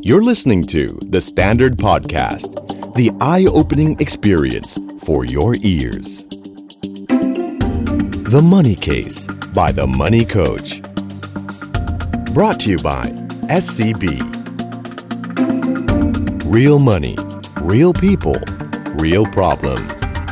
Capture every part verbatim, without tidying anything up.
You're listening to The Standard Podcast, the eye-opening experience for your ears. The Money Case by The Money Coach. Brought to you by เอส ซี บี Real Money, Real People, Real Problems.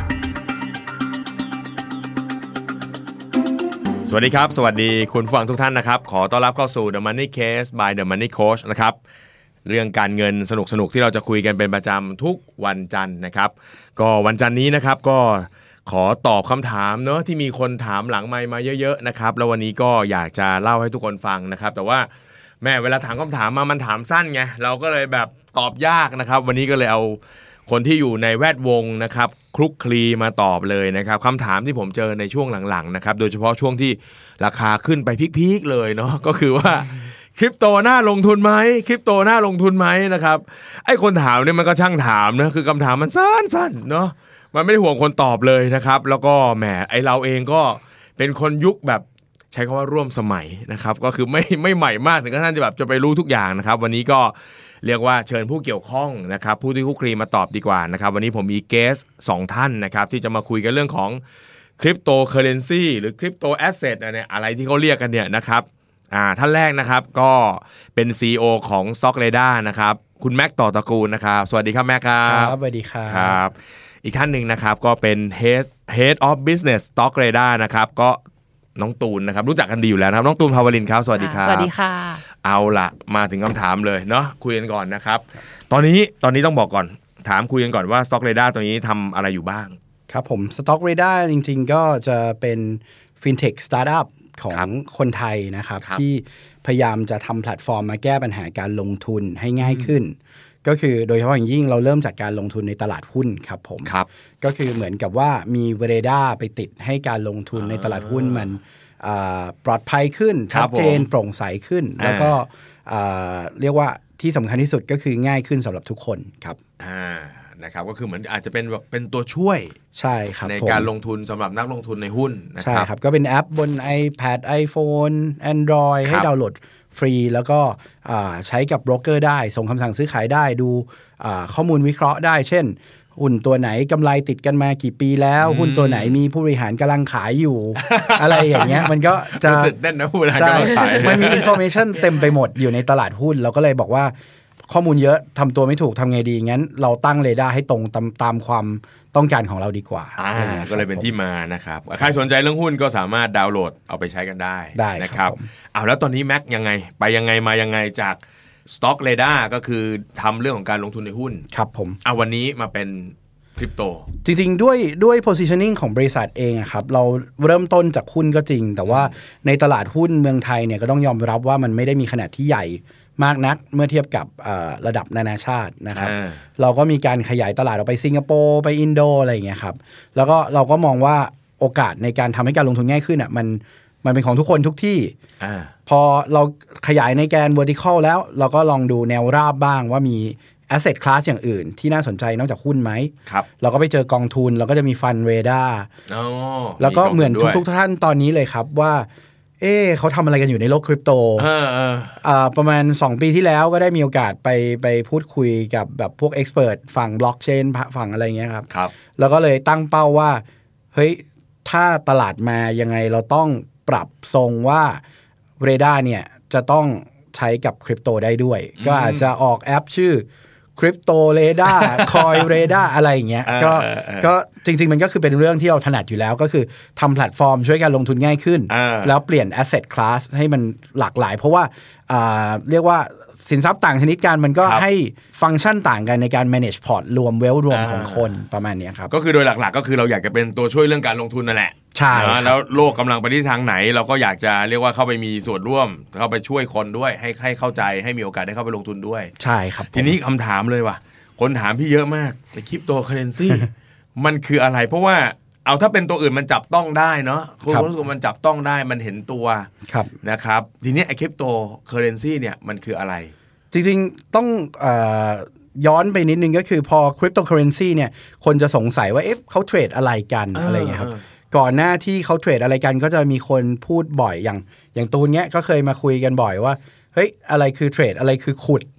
สวัสดีครับสวัสดีคุณผู้ฟังทุกท่านนะครับขอต้อนรับเข้าสู่ The Money Case by The Money Coach นะครับเรื่องการเงินสนุกๆที่เราจะคุยกันเป็นประจำทุกวันจันทร์นะครับก็วันจันทร์นี้นะครับก็ขอตอบคำถามเนอะที่มีคนถามหลังไมค์มาเยอะๆนะครับแล้ววันนี้ก็อยากจะเล่าให้ทุกคนฟังนะครับแต่ว่าแม่เวลาถามคำถามมามันถามสั้นไงเราก็เลยแบบตอบยากนะครับวันนี้ก็เลยเอาคนที่อยู่ในแวดวงนะครับคลุกคลีมาตอบเลยนะครับคำถามที่ผมเจอในช่วงหลังๆนะครับโดยเฉพาะช่วงที่ราคาขึ้นไปพีคๆเลยเนาะก็คือว่าคริปโตน่าลงทุนไหมคริปโตน่าลงทุนไหมนะครับไอ้คนถามเนี่ยมันก็ช่างถามนะคือคำถามมันสั้นๆเนาะมันไม่ได้ห่วงคนตอบเลยนะครับแล้วก็แหมไอ้เราเองก็เป็นคนยุคแบบใช้คำว่าร่วมสมัยนะครับก็คือไม่ไม่ใหม่มากถึงขั้นจะแบบจะไปรู้ทุกอย่างนะครับวันนี้ก็เรียกว่าเชิญผู้เกี่ยวข้องนะครับผู้ที่คุกคลีมาตอบดีกว่านะครับวันนี้ผมมีเกสสองท่านนะครับที่จะมาคุยกันเรื่องของคริปโตเคอเรนซีหรือคริปโตแอสเซทอะไรอะไรที่เขาเรียกกันเนี่ยนะครับอ่าท่านแรกนะครับก็เป็น ซี อี โอ ของ Stockradar นะครับคุณแม็กต่อตระกูลนะครับสวัสดีครับแม็กครับครับสวัสดีครับครับอีกท่านหนึ่งนะครับก็เป็น Head Head of Business Stockradar นะครับก็น้องตูนนะครับรู้จักกันดีอยู่แล้วนะครับน้องตูนภาวรินทร์ครับสวัสดีครับสวัสดีค่ะเอาล่ะมาถึงคำถามเลยเนาะคุยกันก่อนนะครับตอนนี้ตอนนี้ต้องบอกก่อนถามคุยกันก่อนว่า Stockradar ตัวนี้ทำอะไรอยู่บ้างครับผม Stockradar จริงๆก็จะเป็น FinTech Startup ของคนไทยนะครับที่พยายามจะทำแพลตฟอร์มมาแก้ปัญหาการลงทุนให้ง่ายขึ้นก็คือโดยเฉพาะอย่างยิ่งเราเริ่มจากการลงทุนในตลาดหุ้นครับผมก็คือเหมือนกับว่ามีเวเรด้าไปติดให้การลงทุนในตลาดหุ้นมันปลอดภัยขึ้นชัดเจนโปร่งใสขึ้นแล้วก็เรียกว่าที่สำคัญที่สุดก็คือง่ายขึ้นสำหรับทุกคนครับอ่านะครับก็คือเหมือนอาจจะเป็นแบบเป็นตัวช่วยใช่ครับในการลงทุนสำหรับนักลงทุนในหุ้นนะครับใช่ครับก็เป็นแอปบน iPad iPhone Android ให้ดาวน์โหลดฟรีแล้วก็ใช้กับโบรกเกอร์ได้ส่งคำสั่งซื้อขายได้ดูข้อมูลวิเคราะห์ได้เช่นหุ้นตัวไหนกำไรติดกันมากี่ปีแล้วหุ้นตัวไหนมีผู้บริหารกำลังขายอยู่ อะไรอย่างเงี้ยมันก็จะตื่นเต้นนะผู้บริหารกำลังขายมันมีอินโฟเมชันเต็มไปหมดอยู่ในตลาดหุ้นเราก็เลยบอกว่าข้อมูลเยอะทำตัวไม่ถูกทำไงดีงั้นเราตั้งเรดาร์ให้ตรงตามตามความต้องการของเราดีกว่าก็เลยเป็นที่มานะครับใครสนใจเรื่องหุ้นก็สามารถดาวน์โหลดเอาไปใช้กันได้นะครับเอาแล้วตอนนี้แม็กยังไงไปยังไงมายังไงจาก Stockradar ก็คือทำเรื่องของการลงทุนในหุ้นครับผมเอาวันนี้มาเป็นคริปโตจริงๆด้วยด้วย positioning ของบริษัทเองอะครับเราเริ่มต้นจากหุ้นก็จริงแต่ว่าในตลาดหุ้นเมืองไทยเนี่ยก็ต้องยอมรับว่ามันไม่ได้มีขนาดที่ใหญ่มากนักเมื่อเทียบกับระดับนานาชาตินะครับเราก็มีการขยายตลาดออกไปสิงคโปร์ไปอินโดอะไรอย่างเงี้ยครับแล้วก็เราก็มองว่าโอกาสในการทำให้การลงทุนง่ายขึ้นอ่ะมันมันเป็นของทุกคนทุกที่พอเราขยายในแกน vertical แล้วเราก็ลองดูแนวราบบ้างว่ามี asset class อย่างอื่นที่น่าสนใจนอกจากหุ้นไหมเราก็ไปเจอกองทุนเราก็จะมีฟันเรดาร์แล้วก็เหมือนทุกๆท่านตอนนี้เลยครับว่าเอ๊ะเขาทำอะไรกันอยู่ในโลกคริปโตประมาณสองปีที่แล้วก็ได้มีโอกาสไปไปพูดคุยกับแบบพวกเอ็กซ์เพิร์ทฝั่งบล็อกเชนฝั่งอะไรเงี้ยครับแล้วก็เลยตั้งเป้าว่าเฮ้ยถ้าตลาดมายังไงเราต้องปรับทรงว่าเรดาร์เนี่ยจะต้องใช้กับคริปโตได้ด้วยก็อาจจะออกแอปชื่อคริปโตเรดาร์คอยเรดาร์อะไรอย่างเงี้ยก็ก็จริงๆมันก็คือเป็นเรื่องที่เราถนัดอยู่แล้วก็คือทำแพลตฟอร์มช่วยการลงทุนง่ายขึ้นแล้วเปลี่ยน asset class ให้มันหลากหลายเพราะว่าเรียกว่าสินทรัพย์ต่างชนิดกันมันก็ให้ฟังก์ชันต่างกันในการ manage port รวม wealth รวมของคนประมาณนี้ครับก็คือโดยหลักๆก็คือเราอยากจะเป็นตัวช่วยเรื่องการลงทุนนั่นแหละใช่แล้วโลกกำลังไปที่ทางไหนเราก็อยากจะเรียกว่าเข้าไปมีส่วนร่วมเข้าไปช่วยคนด้วยให้ให้เข้าใจให้มีโอกาสได้เข้าไปลงทุนด้วยใช่ครับทีนี้คำถามเลยว่ะคนถามพี่เยอะมากในคริปโตเคอเรนซีมันคืออะไรเพราะว่าเอาถ้าเป็นตัวอื่นมันจับต้องได้เนาะคุณรู้สึกมันจับต้องได้มันเห็นตัวนะครับทีนี้ไอ้คริปโตเคอเรนซีเนี่ยมันคืออะไรจริงๆต้องเอ่อย้อนไปนิดนึงก็คือพอคริปโตเคอเรนซีเนี่ยคนจะสงสัยว่าเอ๊ะเขาเทรดอะไรกันอะไรเงี้ยครับก่อนหน้าที่เขาเทรดอะไรกันก็จะมีคนพูดบ่อยอย่างอย่างตูนเนี้ยก็เคยมาคุยกันบ่อยว่าเฮ้ยอะไรคือเทรดอะไรคือขุด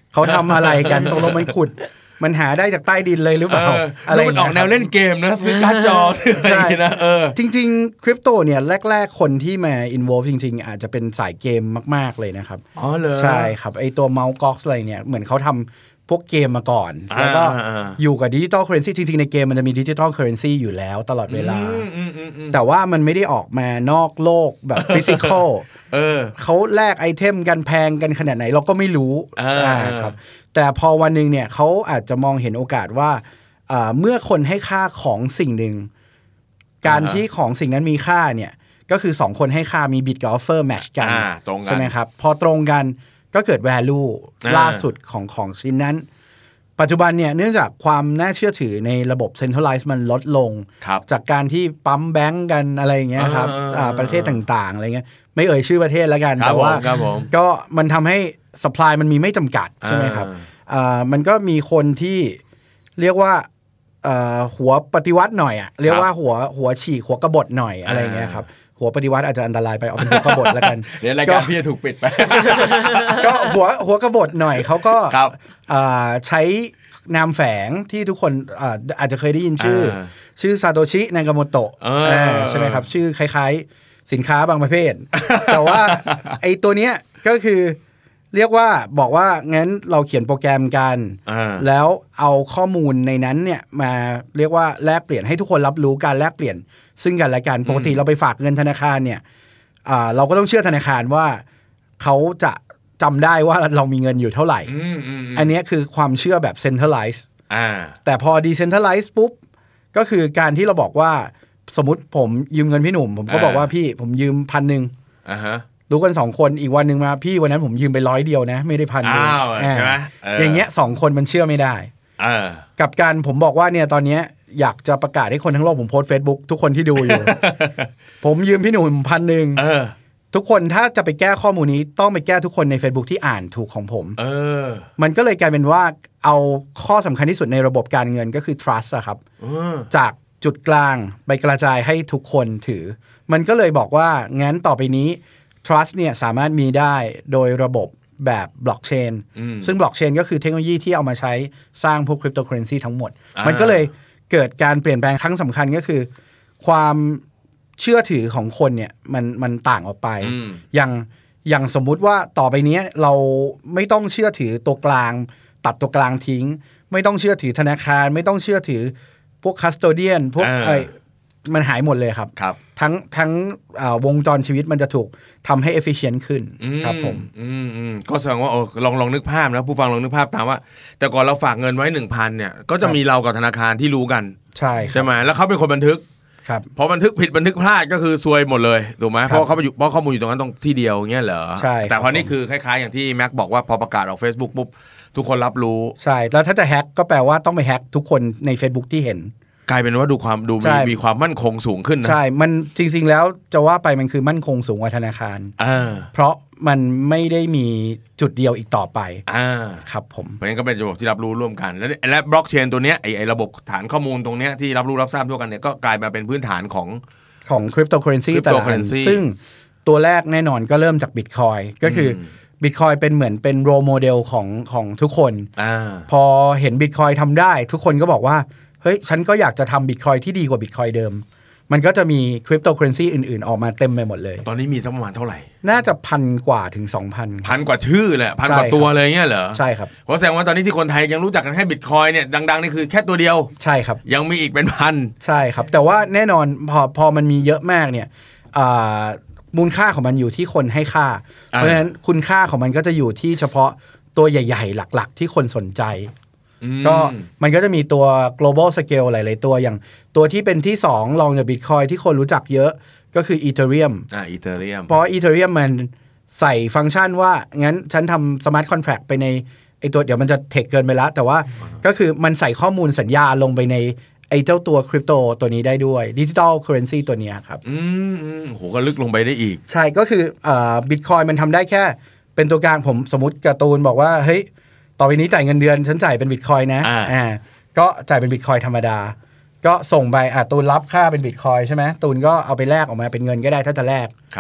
เขาทำอะไรกันตกลงมันขุดมันหาได้จากใต้ดินเลยหรือเปล่าเอออะไรมันออกแนวเล่นเกมนะซื้อการ์ดจอใช่นะเออจริงๆคริปโตเนี่ยแรกๆคนที่มา involve จริงๆอาจจะเป็นสายเกมมากๆเลยนะครับอ๋อเหรอใช่ครับไอตัว Mt. Gox อะไรเนี่ยเหมือนเขาทำพวกเกมมาก่อนแล้วก็อยู่กับดิจิตอลเคอเรนซีจริงๆในเกมมันจะมีดิจิตอลเคอเรนซีอยู่แล้วตลอดเวลาแต่ว่ามันไม่ได้ออกมานอกโลกแบบฟิสิกอลเขาแลกไอเทมกันแพงกันขนาดไหนเราก็ไม่รู้ครับแต่พอวันนึงเนี่ยเขาอาจจะมองเห็นโอกาสว่าเมื่อคนให้ค่าของสิ่งหนึ่งการที่ของสิ่งนั้นมีค่าเนี่ยก็คือสองคนให้ค่ามีบิดกับออฟเฟอร์แมทช์กันใช่ไหมครับพอตรงกันก็เกิด value ล่าสุดของของชิ้นนั้นปัจจุบันเนี่ยเนื่องจากความน่าเชื่อถือในระบบ centralized มันลดลงจากการที่ปั๊มแบงก์กันอะไรอย่างเงี้ยครับประเทศต่างๆอะไรเงี้ยไม่เอ่ยชื่อประเทศแล้วกันแต่ว่าก็มันทำให้ supply มันมีไม่จำกัดใช่ไหมครับมันก็มีคนที่เรียกว่าหัวปฏิวัติหน่อยอ่ะเรียกว่าหัวหัวฉีกหัวกบฏหน่อยอะไรเงี้ยครับหัวปฏิวัติอาจจะอันตรายไปเอาเป็นหัวกบฏแล้วกันเดี๋ยวรายการพี่จะถูกปิดไปก็หัวหัวกบฏหน่อยเขาก็ใช้นามแฝงที่ทุกคนอาจจะเคยได้ยินชื่อชื่อซาโตชินากาโมโตะใช่ไหมครับชื่อคล้ายๆสินค้าบางประเภทแต่ว่าไอ้ตัวเนี้ยก็คือเรียกว่าบอกว่างั้นเราเขียนโปรแกรมกันแล้วเอาข้อมูลในนั้นเนี่ยมาเรียกว่าแลกเปลี่ยนให้ทุกคนรับรู้การแลกเปลี่ยนซึ่งกันและกันปกติเราไปฝากเงินธนาคารเนี่ยเราก็ต้องเชื่อธนาคารว่าเขาจะจำได้ว่าเรามีเงินอยู่เท่าไหร่อันนี้คือความเชื่อแบบ centralized แต่พอ decentralized ปุ๊บก็คือการที่เราบอกว่าสมมติผมยืมเงินพี่หนุ่มผมก็บอกว่าพี่ผมยืมพันหนึ่งรู้กันสองคนอีกวันหนึ่งมาพี่วันนั้นผมยืมไปร้อยเดียวนะไม่ได้พันเดียวใช่ไหมอย่างเงี้ยสองคนมันเชื่อไม่ได้กับการผมบอกว่าเนี่ยตอนนี้อยากจะประกาศให้คนทั้งโลกผมโพสต์ Facebook ทุกคนที่ดูอยู่ ผมยืมพี่หนุ่มพันหนึ่งทุกคนถ้าจะไปแก้ข้อมูลนี้ต้องไปแก้ทุกคนใน Facebook ที่อ่านถูกของผมมันก็เลยกลายเป็นว่าเอาข้อสำคัญที่สุดในระบบการเงินก็คือ trust อะครับจากจุดกลางไปกระจายให้ทุกคนถือมันก็เลยบอกว่างั้นต่อไปนี้trust เนี่ยสามารถมีได้โดยระบบแบบบล็อกเชนซึ่งบล็อกเชนก็คือเทคโนโลยีที่เอามาใช้สร้างพวกคริปโตเคอเรนซีทั้งหมดมันก็เลยเกิดการเปลี่ยนแปลงครั้งสำคัญก็คือความเชื่อถือของคนเนี่ยมันมันต่างออกไปอย่างอย่างสมมุติว่าต่อไปนี้เราไม่ต้องเชื่อถือตัวกลางตัดตัวกลางทิ้งไม่ต้องเชื่อถือธนาคารไม่ต้องเชื่อถือพวกคัสโตเดียนพวกไอ้มันหายหมดเลยครับครับทั้งทั้งวงจรชีวิตมันจะถูกทำให้ efficient ขึ้นครับผมก็แสดงว่าลองลองนึกภาพนะผู้ฟังลองนึกภาพตามว่าแต่ก่อนเราฝากเงินไว้ หนึ่งพัน เนี่ยก็จะมีเรากับธนาคารที่รู้กันใช่ใช่ไหมแล้วเขาเป็นคนบันทึกครับพอบันทึกผิดบันทึกพลาดก็คือซวยหมดเลยถูกไหมเพราะเขาไปอยู่เพราะข้อมูลอยู่ตรงนั้นตรงที่เดียวเงี้ยเหรอใช่แต่พอนี่คือคล้ายๆอย่างที่แม็กบอกว่าพอประกาศออก Facebook ปุ๊บทุกคนรับรู้ใช่แล้วถ้าจะแฮกก็แปลว่าต้องไปแฮกทุกคนใน Facebook ที่เห็นกลายเป็นว่าดูความดูมีมีความมั่นคงสูงขึ้นนะใช่มันจริงๆแล้วจะว่าไปมันคือมั่นคงสูงกว่าธนาคารเพราะมันไม่ได้มีจุดเดียวอีกต่อไปครับผมเพราะงั้นก็เป็นระบบที่รับรู้ร่วมกันแล้วและบล็อกเชนตัวเนี้ยไอ้ไอ้ระบบฐานข้อมูลตรงเนี้ยที่รับรู้รับทราบทั่วกันเนี่ยก็กลายมาเป็นพื้นฐานของของคริปโตเคอเรนซีแต่ละอันซึ่งตัวแรกแน่นอนก็เริ่มจากบิตคอยน์ก็คือบิตคอยน์เป็นเหมือนเป็นโรลโมเดลของของทุกคนพอเห็นบิตคอยน์ทำได้ทุกคนก็บอกว่าเฮ้ยฉันก็อยากจะทำบิตคอยน์ที่ดีกว่าบิตคอยน์เดิมมันก็จะมีคริปโตเคอเรนซีอื่นๆออกมาเต็มไปหมดเลยตอนนี้มีสักประมาณเท่าไหร่น่าจะพันกว่าถึง สองพันพันกว่าชื่อแหละพันกว่าตัวเลยเงี้ยเหรอใช่ครับเพราะแสดงว่าตอนนี้ที่คนไทยยังรู้จักกันแค่บิตคอยน์เนี่ยดังๆนี่คือแค่ตัวเดียวใช่ครับยังมีอีกเป็นพันใช่ครับแต่ว่าแน่นอนพอพอมันมีเยอะมากเนี่ยมูลค่าของมันอยู่ที่คนให้ค่าเพราะฉะนั้นคุณค่าของมันก็จะอยู่ที่เฉพาะตัวใหญ่ๆหลักๆที่คนสนใจก็มันก็จะมีตัว global scale หลายๆตัวอย่างตัวที่เป็นที่สองรองจาก Bitcoin ที่คนรู้จักเยอะก็คือ Ethereum อ่า Ethereum เพราะ Ethereum มันใส่ฟังก์ชันว่างั้นฉันทำ smart contract ไปในไอตัวเดี๋ยวมันจะเทคเกินไปแล้วแต่ว่าก็คือมันใส่ข้อมูลสัญญาลงไปในไอเจ้าตัวคริปโตตัวนี้ได้ด้วย Digital Currency ตัวนี้ครับอืมโหก็ลึกลงไปได้อีกใช่ก็คืออ่า Bitcoin มันทำได้แค่เป็นตัวกลางผมสมมติการ์ตูนบอกว่าเฮ้ยต่อไปนี้จ่ายเงินเดือนฉันจ่ายเป็นบิตคอยน์นะอ่าก็จ่ายเป็นบิตคอยน์ธรรมดาก็ส่งไปอ่ะตูนรับค่าเป็นบิตคอยน์ใช่ไหมตูนก็เอาไปแลกออกมาเป็นเงินก็ได้ถ้าจะแลกครับ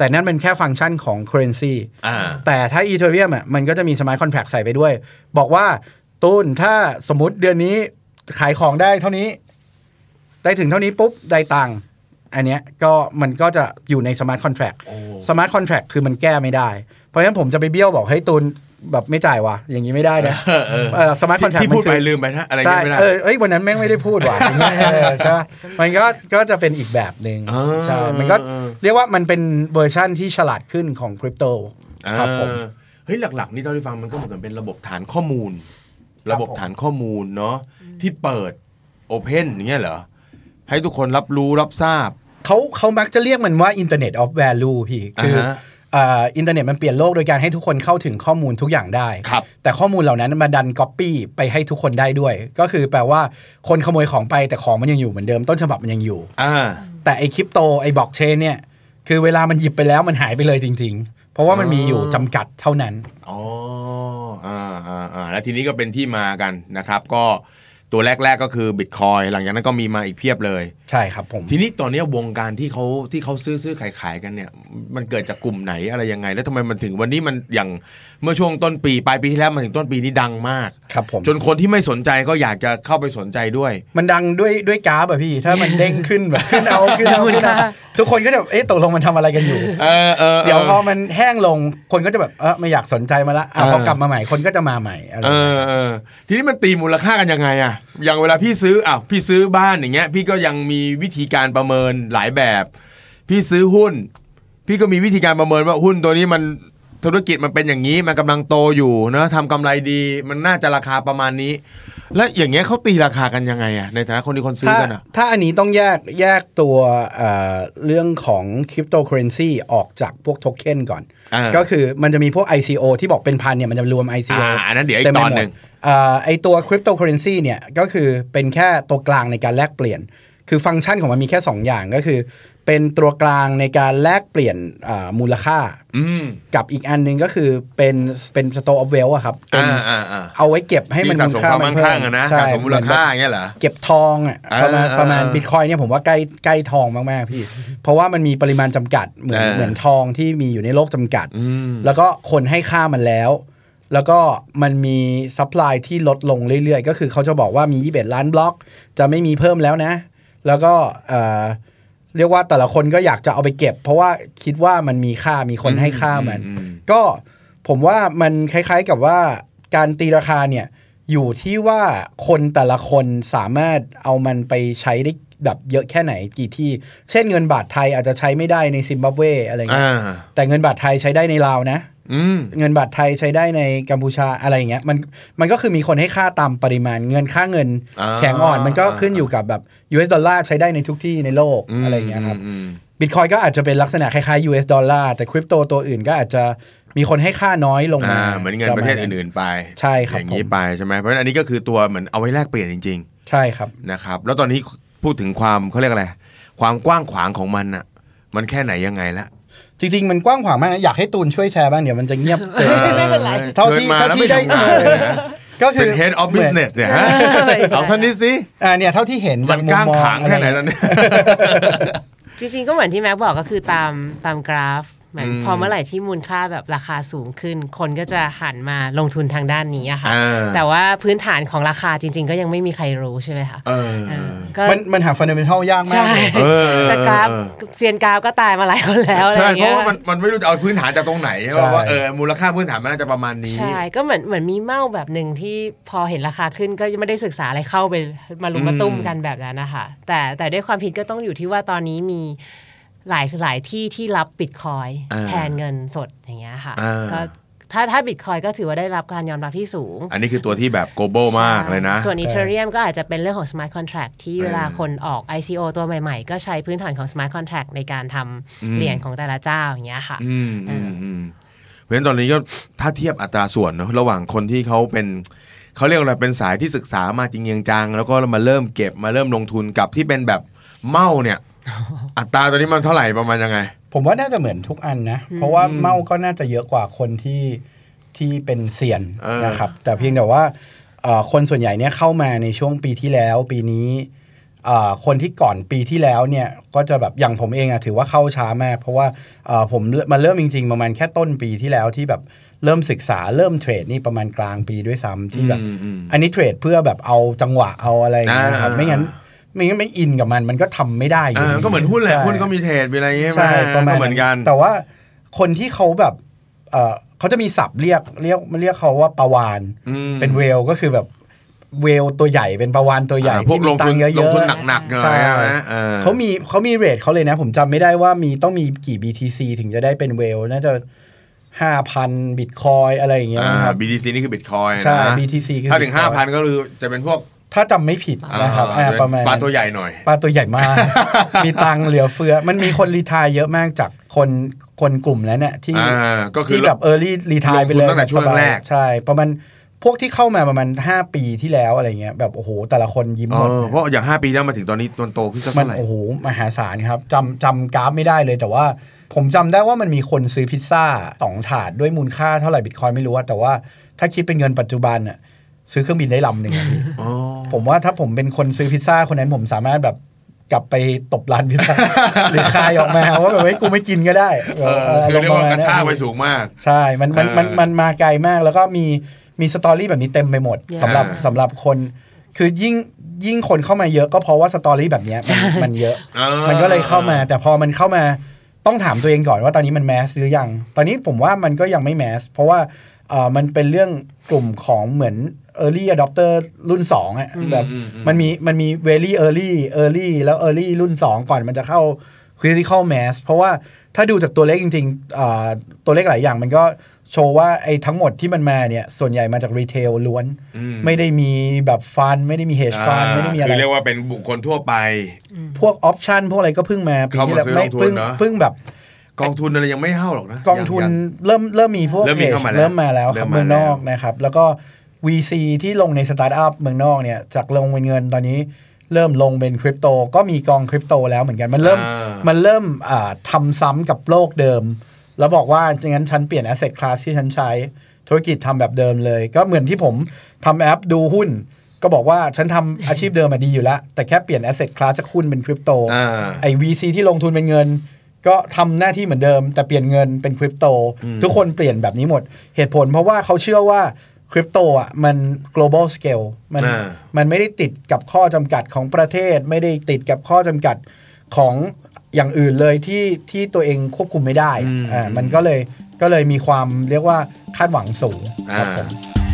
แต่นั่นเป็นแค่ฟังก์ชันของ currency แต่ถ้า Ethereum อ่ะมันก็จะมี smart contract ใส่ไปด้วยบอกว่าตูนถ้าสมมุติเดือนนี้ขายของได้เท่านี้ได้ถึงเท่านี้ปุ๊บได้ตังค์อันเนี้ยก็มันก็จะอยู่ใน smart contract smart contract คือมันแก้ไม่ได้เพราะฉะนั้นผมจะไปเบี้ยวบอกให้ตูนแบบไม่จ่ายว่ะอย่างนี้ไม่ได้นะเออ smart contract ที่พูดไปลืมไปนะอะไรอย่างเงี้ยไม่ได้เออเอ้ยวันนั้นแม่งไม่ได้พูดว่ะอย่างเงี้ยใช่มันก็ก็จะเป็นอีกแบบนึงใช่มันก็เรียกว่ามันเป็นเวอร์ชั่นที่ฉลาดขึ้นของคริปโตครับผมเฮ้ยหลักๆนี่เท่าที่ฟังมันก็เหมือนเป็นระบบฐานข้อมูลระบบฐานข้อมูลเนาะที่เปิดโอเพนอย่างเงี้ยเหรอให้ทุกคนรับรู้รับทราบเขาเขามักจะเรียกมันว่า Internet of Value พี่คืออ่าอินเทอร์เน็ตมันเปลี่ยนโลกโดยการให้ทุกคนเข้าถึงข้อมูลทุกอย่างได้แต่ข้อมูลเหล่านั้นมันดันก๊อปปี้ไปให้ทุกคนได้ด้วยก็คือแปลว่าคนขโมยของไปแต่ของมันยังอยู่เหมือนเดิมต้นฉบับมันยังอยู่แต่ไอ้คริปโตไอ้บล็อกเชนเนี่ยคือเวลามันหยิบไปแล้วมันหายไปเลยจริงๆเพราะว่ามันมีอยู่จำกัดเท่านั้นอ๋ออ่าอ่าอ่าแล้วทีนี้ก็เป็นที่มากันนะครับก็ตัวแรกๆก็คือ Bitcoin หลังจากนั้นก็มีมาอีกเพียบเลยใช่ครับผมทีนี้ตอนนี้วงการที่เขาที่เขาซื้อซื้อขายขายกันเนี่ยมันเกิดจากกลุ่มไหนอะไรยังไงแล้วทำไมมันถึงวันนี้มันอย่างเมื่อช่วงต้นปีปลายปีที่แล้วมาถึงต้นปีนี้ดังมากครับผมจนคนที่ไม่สนใจก็อยากจะเข้าไปสนใจด้วยมันดังด้วยด้วยกราฟอะพี่ถ้ามันเด้งขึ้นแบบขึ้นเอาขึ้นเอาขึ้นเอาทุกคนก็จะเอ๊ะตกลงมันทำอะไรกันอยู่เออเออเดี๋ยวพอมันแห้งลงคนก็จะแบบเออไม่อยากสนใจมาละอ่ะพอกลับมาใหม่คนก็จะมาใหม่อะไรเออเออทีนี้มันตีมูลค่ากันยังไงอะอย่างเวลาพี่ซื้ออ่ะพี่ซื้อบ้านอย่างเงี้ยพี่ก็ยังมีวิธีการประเมินหลายแบบพี่ซื้อหุ้นพี่ก็มีวิธีการประเมินว่าหุ้นตัวนี้มันธุรกิจมันเป็นอย่างนี้มันกำลังโตอยู่นะทำกำไรดีมันน่าจะราคาประมาณนี้แล้วอย่างเงี้ยเขาตีราคากันยังไงอะในฐานะคนที่คนซื้อกันอะถ้าอันนี้ต้องแยกแยกตัวเอ่อเรื่องของคริปโตเคอเรนซีออกจากพวกโทเค็นก่อนก็คือมันจะมีพวก ไอ ซี โอ ที่บอกเป็นพันเนี่ยมันจะรวม ไอ ซี โออ่าอันนั้นเดี๋ยวอีกตอนนึงอ่าไอตัวคริปโตเคอเรนซีเนี่ยก็คือเป็นแค่ตัวกลางในการแลกเปลี่ยนคือฟังก์ชันของมันมีแค่สองอย่างก็คือเป็นตัวกลางในการแลกเปลี่ยนมูลค่ากับอีกอันนึงก็คือเป็นเป็น store of wealth อะครับเอาไว้เก็บให้มันมูลค่ามันเพิ่มนะสะสมมูลค่าอย่างเงี้ยเหรอเก็บทองอ่ะประมาณประมาณ Bitcoin เนี่ยผมว่าใกล้ใกล้ทองมากๆพี่เพราะว่ามันมีปริมาณจำกัดเหมือนเหมือนทองที่มีอยู่ในโลกจำกัดแล้วก็คนให้ค่ามันแล้วแล้วก็มันมีซัพพลายที่ลดลงเรื่อยๆก็คือเขาจะบอกว่ามียี่สิบเอ็ดล้านบล็อกจะไม่มีเพิ่มแล้วนะแล้วก็เอ่อเรียกว่าแต่ละคนก็อยากจะเอาไปเก็บเพราะว่าคิดว่ามันมีค่ามีคนให้ค่ามันก็ผมว่ามันคล้ายๆกับว่าการตีราคาเนี่ยอยู่ที่ว่าคนแต่ละคนสามารถเอามันไปใช้ได้แบบเยอะแค่ไหนกี่ที่เช่นเงินบาทไทยอาจจะใช้ไม่ได้ในซิมบับเวอะไรเงี้ยแต่เงินบาทไทยใช้ได้ในลาวนะเงินบาทไทยใช้ได้ในกัมพูชาอะไรอย่างเงี้ยมันมันก็คือมีคนให้ค่าตามปริมาณเงินค่าเงินแข็งอ่อนมันก็ขึ้นอยู่กับแบบ ยู เอส ดอลลาร์ใช้ได้ในทุกที่ในโลกอะไรอย่างเงี้ยครับ Bitcoin ก็อาจจะเป็นลักษณะคล้ายๆ ยู เอส ดอลลาร์แต่คริปโตตัวอื่นก็อาจจะมีคนให้ค่าน้อยลงมาเหมือนเงินประเทศอื่นๆไปใช่ครับอย่างนี้ไปใช่ไหมเพราะฉะนั้นอันนี้ก็คือตัวเหมือนเอาไว้แลกเปลี่ยนจริงๆใช่ครับนะครับแล้วตอนนี้พูดถึงความเขาเรียกอะไรความกว้างขวางของมันอ่ะมันแค่ไหนยังไงละจริงๆมันกว้างขวางมากนะอยากให้ตูนช่วยแชร์บ้างเดี๋ยวมันจะเงียบเกินไม่เป็นไรเท่าที่เท่าที่ได้ก็คือ head of business เนี่ยฮะเอาท่านนี้สิอ่าเนี่ยเท่าที่เห็นมันกว้างขวางแค่ไหนตอนนี้จริงๆก็เหมือนที่แม็กบอกก็คือตามตามกราฟเหมือนพอเมื่อไหร่ที่มูลค่าแบบราคาสูงขึ้นคนก็จะหันมาลงทุนทางด้านนี้อะค่ะแต่ว่าพื้นฐานของราคาจริงๆก็ยังไม่มีใครรู้ใช่ไหมคะมันมันหาฟันเดเมนทัลยากมากจะกราฟเซียนกราฟก็ตายมาหลายคนแล้วอะไรอย่างเงี้ยใช่เพราะว่ามันมันไม่รู้จะเอาพื้นฐานจากตรงไหนว่าเออมูลค่าพื้นฐานมันน่าจะประมาณนี้ใช่ก็เหมือนเหมือนมีเม่าแบบนึงที่พอเห็นราคาขึ้นก็ไม่ได้ศึกษาอะไรเข้าไปมาลุมมาตุ้มกันแบบนั้นนะคะแต่แต่ด้วยความผิดก็ต้องอยู่ที่ว่าตอนนี้มีหลายหลายที่ที่รับบิตคอยน์แทนเงินสดอย่างเงี้ยค่ะก็ถ้าถ้าบิตคอยน์ก็ถือว่าได้รับการยอมรับที่สูงอันนี้คือตัวที่แบบ global มากเลยนะส่วน Ethereum ก็อาจจะเป็นเรื่องของ smart contract ที่เวลาคนออก ไอ ซี โอ ตัวใหม่ๆก็ใช้พื้นฐานของ smart contract ในการทำเหรียญของแต่ละเจ้าอย่างเงี้ยค่ะเพราะฉะนั้นตอนนี้ก็ถ้าเทียบอัตราส่วนเนาะระหว่างคนที่เขาเป็นเขาเรียกอะไรเป็นสายที่ศึกษามาจริงจังแล้วก็มาเริ่มเก็บมาเริ่มลงทุนกับที่เป็นแบบเมาเนี่ยอัตราตัวนี้มันเท่าไหร่ประมาณยังไงผมว่าน่าจะเหมือนทุกอันนะเพราะว่าเมาก็น่าจะเยอะกว่าคนที่ที่เป็นเซียนนะครับแต่เพียงแต่ว่าคนส่วนใหญ่เนี่ยเข้ามาในช่วงปีที่แล้วปีนี้คนที่ก่อนปีที่แล้วเนี่ยก็จะแบบอย่างผมเองอะถือว่าเข้าช้ามากเพราะว่าผมมาเริ่มจริงๆประมาณแค่ต้นปีที่แล้วที่แบบเริ่มศึกษาเริ่มเทรดนี่ประมาณกลางปีด้วยซ้ำที่แบบอันนี้เทรดเพื่อแบบเอาจังหวะเอาอะไรอย่างเงี้ยครับไม่งั้นไม่งั้นไม่อินกับมันมันก็ทำไม่ได้อยู่ก็เหมือนหุ้นแหละหุ้นก็มีเทรดมีอะไรเงี้ยใช่ประมาณเหมือนกันแต่ว่าคนที่เขาแบบเขาจะมีศัพท์เรียกเรียกมันเรียกเขาว่าปาวานเป็นเวลก็คือแบบเวลตัวใหญ่เป็นปลาวาฬตัวใหญ่ที่มีตังค์เยอะๆลงทุนหนักๆใช่เขามีเขามีเรทเขาเลยนะผมจำไม่ได้ว่ามีต้องมีกี่ บี ที ซี ถึงจะได้เป็นเวลน่าจะ ห้าพัน บิตคอยอะไรอย่างเงี้ยครับบี ที ซี นี่คือบิตคอยนะใช่ บี ที ซี คือถ้าถึง ห้าพัน ก็คือจะเป็นพวกถ้าจำไม่ผิดนะครับประมาณปลาตัวใหญ่หน่อยปลาตัวใหญ่มากมีตังค์เหลือเฟือมันมีคนรีไทร์เยอะมากจากคนคนกลุ่มนั้นเนี่ยที่ที่แบบเออร์ลี่รีไทร์ไปเลยตั้งแต่ช่วงแรกใช่ประมาณพวกที่เข้ามาประมาณห้าปีที่แล้วอะไรเงี้ยแบบโอ้โหแต่ละคนยิ้มหมดเพราะอย่างห้าปีแล้วมาถึงตอนนี้ตัวโตขึ้นสักเท่าไหร่มันโอ้โหมหาศาลครับจำจำกราฟไม่ได้เลยแต่ว่าผมจำได้ว่ามันมีคนซื้อพิซซ่าสองถาดด้วยมูลค่าเท่าไหร่บิตคอยน์ไม่รู้แต่ว่าถ้าคิดเป็นเงินปัจจุบันน่ะซื้อเครื่องบินได้ลำหนึ่งผมว่าถ้าผมเป็นคนซื้อพิซซ่าคนนั้นผมสามารถแบบกลับไปตบร้านพิซซ่าหรือคายออกมาว่าแบบเฮ้ยกูไม่กินก็ได้คือเรียกว่ากระชากไปสูงมากใช่มันมันมันมันมาไกลมากแล้วก็มีมีสตอรี่แบบนี้เต็มไปหมดสำหรับสำหรับคนคือยิ่งยิ่งคนเข้ามาเยอะก็เพราะว่าสตอรี่แบบนี้มันเยอะมันก็เลยเข้ามาแต่พอมันเข้ามาต้องถามตัวเองก่อนว่าตอนนี้มันแมสหรือยังตอนนี้ผมว่ามันก็ยังไม่แมสเพราะว่าเอ่อมันเป็นเรื่องกลุ่มของเหมือน early adopter รุ่นสองอ่ะแบบมันมีมันมี very early early แล้ว early รุ่นสองก่อนมันจะเข้า critical mass เพราะว่าถ้าดูจากตัวเลขจริงๆอ่าตัวเลขหลายอย่างมันก็โชว์ว่าไอ้ทั้งหมดที่มันมาเนี่ยส่วนใหญ่มาจากรีเทลล้วนไม่ได้มีแบบฟันไม่ได้มีเฮดฟันไม่ได้มีอะไรคือเรียกว่าเป็นบุคคลทั่วไปพวกออปชั่นพวกอะไรก็เพิ่งมาปีที่แล้วไม่เพิ่งเพิ่งแบบกองทุนอะไรยังไม่เข้าหรอกนะกองทุนเริ่มเริ่มมีพวกเพจเริ่มมาแล้วครับเมืองนอกนะครับแล้วก็ วี ซี ที่ลงในสตาร์ทอัพเมืองนอกเนี่ยจากลงเป็นเงินตอนนี้เริ่มลงเป็นคริปโตก็มีกองคริปโตแล้วเหมือนกันมันเริ่มมันเริ่มทำซ้ำกับโลกเดิมแล้วบอกว่างั้นฉันเปลี่ยน asset class ที่ฉันใช้ธุรกิจทำแบบเดิมเลยก็เหมือนที่ผมทำแอปดูหุ้นก็บอกว่าฉันทำอาชีพเดิมมาดีอยู่แล้วแต่แค่เปลี่ยน asset class จากหุ้นเป็นคริปโตไอ้ วี ซี ที่ลงทุนเป็นเงินก็ทำหน้าที่เหมือนเดิมแต่เปลี่ยนเงินเป็นคริปโตทุกคนเปลี่ยนแบบนี้หมดเหตุผลเพราะว่าเขาเชื่อว่าคริปโตอ่ะมัน global scale มันมันไม่ได้ติดกับข้อจำกัดของประเทศไม่ได้ติดกับข้อจำกัดของอย่างอื่นเลยที่ที่ตัวเองควบคุมไม่ได้อ่ามันก็เลยก็เลยมีความเรียกว่าคาดหวังสูงครับผม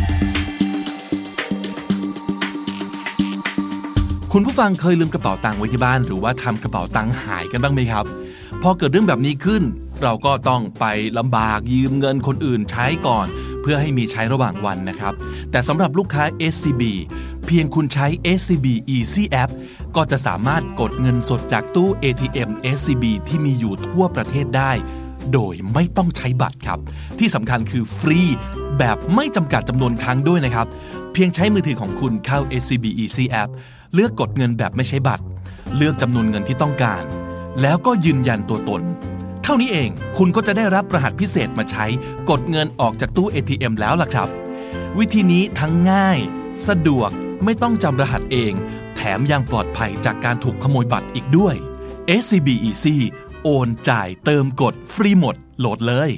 คุณผู้ฟังเคยลืมกระเป๋าตังค์ไว้ที่บ้านหรือว่าทำกระเป๋าตังค์หายกันบ้างไหมครับพอเกิดเรื่องแบบนี้ขึ้นเราก็ต้องไปลำบากยืมเงินคนอื่นใช้ก่อนเพื่อให้มีใช้ระหว่างวันนะครับแต่สำหรับลูกค้า เอส ซี บี เพียงคุณใช้ เอส ซี บี Easy App ก็จะสามารถกดเงินสดจากตู้ เอ ที เอ็ม เอส ซี บี ที่มีอยู่ทั่วประเทศได้โดยไม่ต้องใช้บัตรครับที่สำคัญคือฟรีแบบไม่จำกัดจำนวนครั้งด้วยนะครับเพียงใช้มือถือของคุณเข้า เอส ซี บี Easy App เลือกกดเงินแบบไม่ใช้บัตรเลือกจำนวนเงินที่ต้องการแล้วก็ยืนยันตัวตนเท่านี้เองคุณก็จะได้รับรหัสพิเศษมาใช้กดเงินออกจากตู้ เอ ที เอ็ม แล้วล่ะครับวิธีนี้ทั้งง่ายสะดวกไม่ต้องจำรหัสเองแถมยังปลอดภัยจากการถูกขโมยบัตรอีกด้วย เอส ซี บี Easy โอนจ่ายเติมกดฟรีหมดโหลดเลย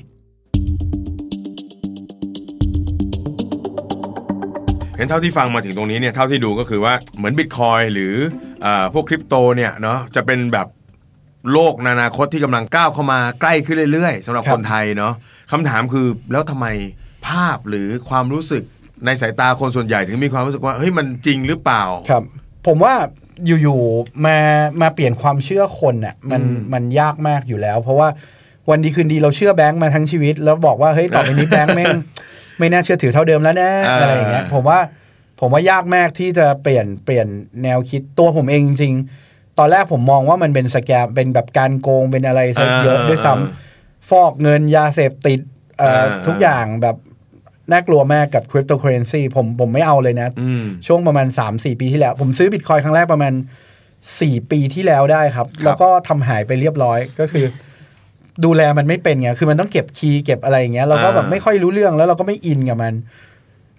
เห็นเท่าที่ฟังมาถึงตรงนี้เนี่ยเท่าที่ดูก็คือว่าเหมือน Bitcoin หรืออ่าพวกคริปโตเนี่ยเนาะจะเป็นแบบโลกในอนาคตที่กำลังก้าวเข้ามาใกล้ขึ้นเรื่อยๆสำหรับคนไทยเนาะคำถามคือแล้วทำไมภาพหรือความรู้สึกในสายตาคนส่วนใหญ่ถึงมีความรู้สึกว่าเฮ้ยมันจริงหรือเปล่าครับผมว่าอยู่ๆมามาเปลี่ยนความเชื่อคนน่ะมันมันยากมากอยู่แล้วเพราะว่าวันดีคืนดีเราเชื่อแบงค์มาทั้งชีวิตแล้วบอกว่าเฮ้ยต่อไปนี้แบงค์แม่งไม่น่าเชื่อถือเท่าเดิมแล้วนะอะไรอย่างเงี้ยผมว่าผมว่ายากมากที่จะเปลี่ยนเปลี่ยนแนวคิดตัวผมเองจริงๆตอนแรกผมมองว่ามันเป็นสแกมเป็นแบบการโกงเป็นอะไรซะเยอะด้วยซ้ำฟอกเงินยาเสพติดทุกอย่างแบบน่ากลัวมากกับคริปโตเคอเรนซีผมผมไม่เอาเลยนะช่วงประมาณ สามสี่ ปีที่แล้วผมซื้อบิตคอยน์ครั้งแรกประมาณสี่ปีที่แล้วได้ครับแล้วก็ทำหายไปเรียบร้อยก็คือดูแลมันไม่เป็นไงคือมันต้องเก็บคีย์เก็บอะไรอย่างเงี้ยเราก็แบบไม่ค่อยรู้เรื่องแล้วเราก็ไม่อินกับมัน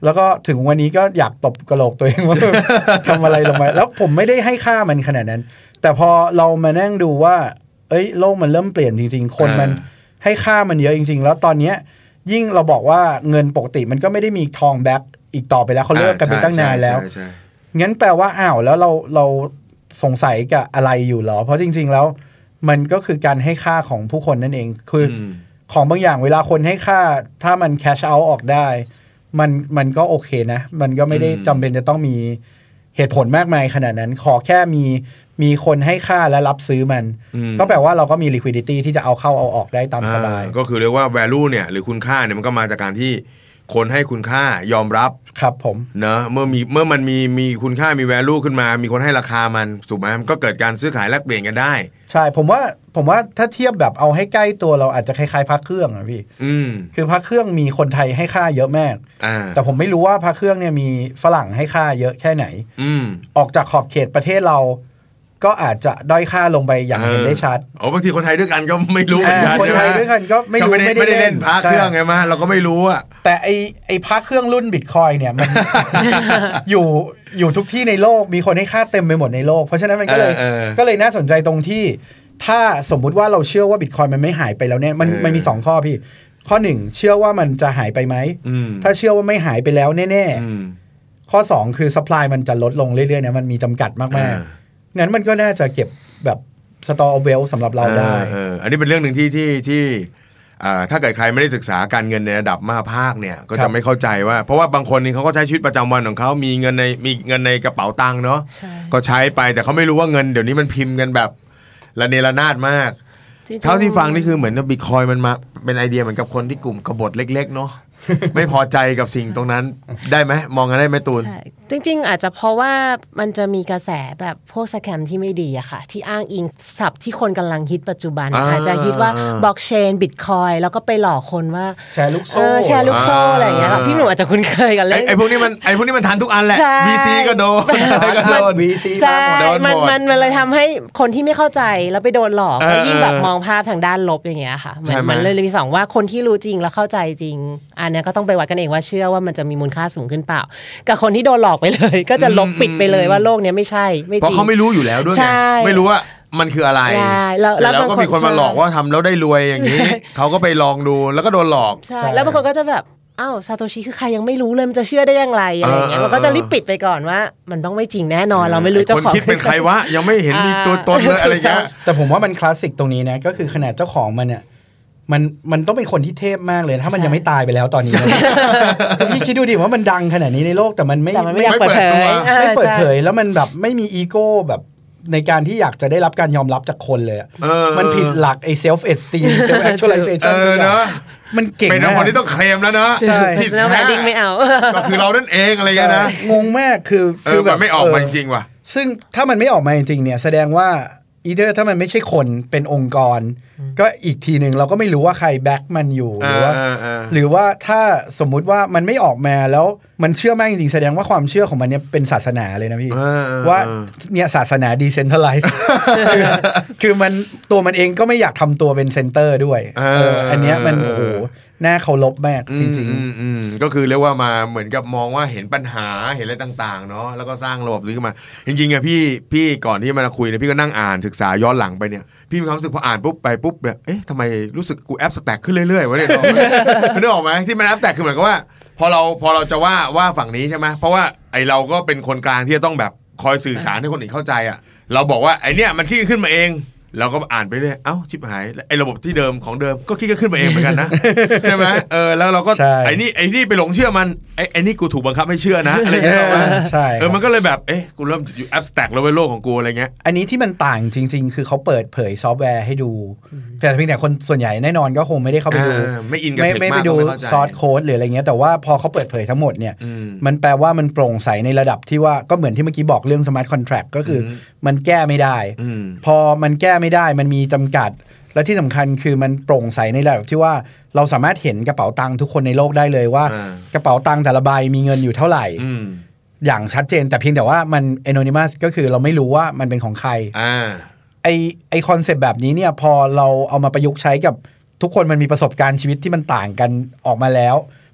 แล้วก็ถึงวันนี้ก็อยากตบกระโหลกตัวเองว่า ทำอะไรลงไปแล้วผมไม่ได้ให้ค่ามันขนาดนั้น แต่พอเรามานั่งดูว่าเอ้ยโลกมันเริ่มเปลี่ยนจริงๆคนมันให้ค่ามันเยอะจริงๆแล้วตอนเนี้ยยิ่งเราบอกว่าเงินปกติมันก็ไม่ได้มีทองแบ็คอีกต่อไปแล้วเขาเลิกกันไปตั้งนานแล้วงั้นแปลว่าอ้าวแล้วเราเราสงสัยกับอะไรอยู่เหรอเพราะจริงๆแล้วมันก็คือการให้ค่าของผู้คนนั่นเองคือของบางอย่างเวลาคนให้ค่าถ้ามันแคชเอาท์ออกได้มันมันก็โอเคนะมันก็ไม่ได้จำเป็นจะต้องมีเหตุผลมากมายขนาดนั้นขอแค่มีมีคนให้ค่าและรับซื้อมันก็แปลว่าเราก็มี liquidity ที่จะเอาเข้าเอาออกได้ตามสบายก็คือเรียกว่า value เนี่ยหรือคุณค่าเนี่ยมันก็มาจากการที่คนให้คุณค่ายอมรับครับผมเนอะเมื่อมีเมื่อมันมีมีคุณค่ามี value ขึ้นมามีคนให้ราคามันถูกไหมมันก็เกิดการซื้อขายแลกเปลี่ยนกันได้ใช่ผมว่าผมว่าถ้าเทียบแบบเอาให้ใกล้ตัวเราอาจจะคล้ายๆพระเครื่องอะพี่อืมคือพระเครื่องมีคนไทยให้ค่าเยอะมากแต่ผมไม่รู้ว่าพระเครื่องเนี่ยมีฝรั่งให้ค่าเยอะแค่ไหนอืมออกจากขอบเขตประเทศเราก็อาจจะด้อยค่าลงไปอย่างเห็นได้ชัดอ๋อบางทีคนไทยด้วยกันก็ไม่รู้เหมือนกันคนไทยด้วยกันก็ไม่รู้ไม่ได้เล่นพระเครื่องไงมาเราก็ไม่รู้อะแต่ไอไอพระเครื่องรุ่นบิตคอยเนี่ยมัน อยู่อยู่ทุกที่ในโลกมีคนให้ค่าเต็มไปหมดในโลกเพราะฉะนั้นมันก็เลยก็เลยน่าสนใจตรงที่ถ้าสมมุติว่าเราเชื่อว่าบิตคอยมันไม่หายไปแล้วเนี่ยมันมันมีสองข้อพี่ข้อหนึ่งเชื่อว่ามันจะหายไปไหมถ้าเชื่อว่าไม่หายไปแล้วแน่ๆข้อสองคือซัพพลายมันจะลดลงเรื่อยๆเนี่ยมันมีจำกัดมากๆงั้นมันก็น่าจะเก็บแบบสตอร์เวลสำหรับเราได้อันนี้เป็นเรื่องหนึ่งที่ที่ที่ถ้าเกิดใครไม่ได้ศึกษาการเงินในระดับมหาภาคเนี่ยก็จะไม่เข้าใจว่าเพราะว่าบางคนนี่เขาก็ใช้ชีวิตประจำวันของเขามีเงินในมีเงินในกระเป๋าตังค์เนาะก็ใช้ไปแต่เขาไม่รู้ว่าเงินเดี๋ยวนี้มันพิมพ์กันแบบระเนระนาดมากเท่าที่ฟังนี่คือเหมือนบิตคอยมันมาเป็นไอเดียเหมือนกับคนที่กลุ่มกบฏเล็กๆเนาะ ไม่พอใจกับสิ่งตรงนั้นได้ไหมมองกันได้ไหมตูนจริงๆอาจจะเพราะว่ามันจะมีกระแสแบบพวกสแกมที่ไม่ดีอะค่ะที่อ้างอิงศัพท์ที่คนกำลังฮิตปัจจุบันอาจจะฮิตว่าบล็อกเชนบิตคอยแล้วก็ไปหลอกคนว่าแชร์ลูกโซ่แชร์ลูกโซ่อะไรอย่างเงี้ยพี่หนูอาจจะคุ้นเคยกันเลยไอ้พวกนี้มันไอ้พวกนี้มันทันทุกอันแหละ บี ซี ก็โดนก็โดนบี ซีใช่มันมันมันเลยทำให้คนที่ไม่เข้าใจแล้วไปโดนหลอกก็ยิ่งแบบมองภาพทางด้านลบอย่างเงี้ยค่ะมันเลยมีสองว่าคนที่รู้จริงแล้วเข้าใจจริงอันนี้ก็ต้องไปวัดกันเองว่าเชื่อว่ามันจะมีมูลค่าสูงขึ้นเปล่ากับคนที่โดนหลอกไปเลยก็จะลบปิดไปเลยว่าโลกนี้ไม่ใช่ไม่จริงเพราะเขาไม่รู้อยู่แล้วด้วยไงไม่รู้ว่ามันคืออะไรแล้วก็มีคนมาหลอกว่าทำแล้วได้รวยอย่างนี้เขาก็ไปลองดูแล้วก็โดนหลอกใช่แล้วบางคนก็จะแบบอ้าวซาโตชิคือใครยังไม่รู้เลยมันจะเชื่อได้อย่างไรอะไรอย่างเงี้ยมันก็จะรีบปิดไปก่อนว่ามันต้องไม่จริงแน่นอนเราไม่รู้เจ้าของคนคิดเป็นใครวะยังไม่เห็นมีตัวตนเลยอะไรเงี้ยแต่ผมว่ามันคลาสสิกตรงนี้นะก็คือขนาดเจ้าของมันเนี่ยมันมันต้องเป็นคนที่เทพมากเลยถ้ามันยังไม่ตายไปแล้วตอนนี้พี่คิดดูดิว่ามันดังขนาดนี้ในโลกแต่มันไม่ไม่เปิดเผยไม่เปิดเผยแล้วมันแบบไม่มีอีโก้แบบในการที่อยากจะได้รับการยอมรับจากคนเลยมันผิดหลักไอ้เซลฟ์เอสตีมเซลฟ์แอคชวลไลเซชั่นมันเก่งมากเป็นคนที่ต้องเคลมแล้วเนาะผิดแบรนดิ้งไม่เอาก็คือเรานั่นเองอะไรเงี้ยนะงงมากคือคือแบบไม่ออกมาจริงๆว่ะซึ่งถ้ามันไม่ออกมาจริงๆเนี่ยแสดงว่าอีเธอถ้ามันไม่ใช่คนเป็นองค์กรก็อีกทีหนึ่งเราก็ไม่รู้ว่าใครแบ็คมันอยู่หรือว่าหรือว่าถ้าสมมุติว่ามันไม่ออกมาแล้วมันเชื่อมากจริงๆแสดงว่าความเชื่อของมันเนี่ยเป็นศาสนาเลยนะพี่ว่าเนี่ยศาสนาดีเซนทรัลไลซ์คือมันตัวมันเองก็ไม่อยากทำตัวเป็นเซนเตอร์ด้วยอันเนี้ยมันโอ้โหน่าเคารพมากจริงๆก็คือเรียกว่ามาเหมือนกับมองว่าเห็นปัญหาเห็นอะไรต่างๆเนาะแล้วก็สร้างระบบนี้ขึ้นมาจริงๆอะพี่พี่ก่อนที่มาคุยเนี่ยพี่ก็นั่งอ่านศึกษาย้อนหลังไปเนี่ยพี่มีความรู้สึกพออ่านปุ๊บไปปุ๊บแบบเอ๊ะทำไมรู้สึกกูแอปสแต็กขึ้นเรื่อยๆวะเนี่ยนึกออกไหมที่มันแอปสแต็กคือเหมือนกับว่าพอเราพอเราจะว่าว่าฝั่งนี้ใช่ไหมเพราะว่าไอเราก็เป็นคนกลางที่จะต้องแบบคอยสื่อสารให้คนอื่นเข้าใจอ่ะเราบอกว่าไอเนี้ยมันคิดขึ้นมาเองเราก็อ่านไปเรื่อยเอ้าชิบหายไอ้ระบบที่เดิมของเดิมก็คิดก็ขึ้นมาเองเหมือนกันนะ ใช่ไหมเออแล้วเราก็ไอ้นี่ไอ้นี่ไปหลงเชื่อมันไอ้ไอ้นี่กูถูกบังคับให้เชื่อนะอะไรอย่างเงี้ยใช่เออมันก็เลยแบบเอ๊ะกูเริ่มอยู่แอปสแต็กแล้วเว้ยโลกของกูอะไรเงี้ยอันนี้ที่มันต่างจริงๆคือเขาเปิดเผยซอฟต์แวร์ให้ดูแต่เพียงแต่คนส่วนใหญ่แน่นอนก็คงไม่ได้เข้าไปดูไม่อินกับเทคมากไม่ไปดูซอร์สโค้ดหรืออะไรเงี้ยแต่ว่าพอเขาเปิดเผยทั้งหมดเนี่ยมันแปลว่ามันโปร่งใสในระดับที่ว่าก็เหมือนที่เมื่อกี้บอกเรื่องสมาร์ทคอนแทรคก็คือมันแก้ไม่ได้พอมันแก้ไม่ได้มันมีจำกัดและที่สำคัญคือมันโปร่งใสในระดับที่ว่าเราสามารถเห็นกระเป๋าตังค์ทุกคนในโลกได้เลยว่ากระเป๋าตังค์แต่ละใบมีเงินอยู่เท่าไหร่อย่างชัดเจนแต่เพียงแต่ว่ามัน anonymous ก็คือเราไม่รู้ว่ามันเป็นของใครไอไอคอนเซปต์แบบนี้เนี่ยพอเราเอามาประยุกต์ใช้กับทุกคนมันมีประสบการณ์ชีวิตที่มันต่างกันออกมาแล้ว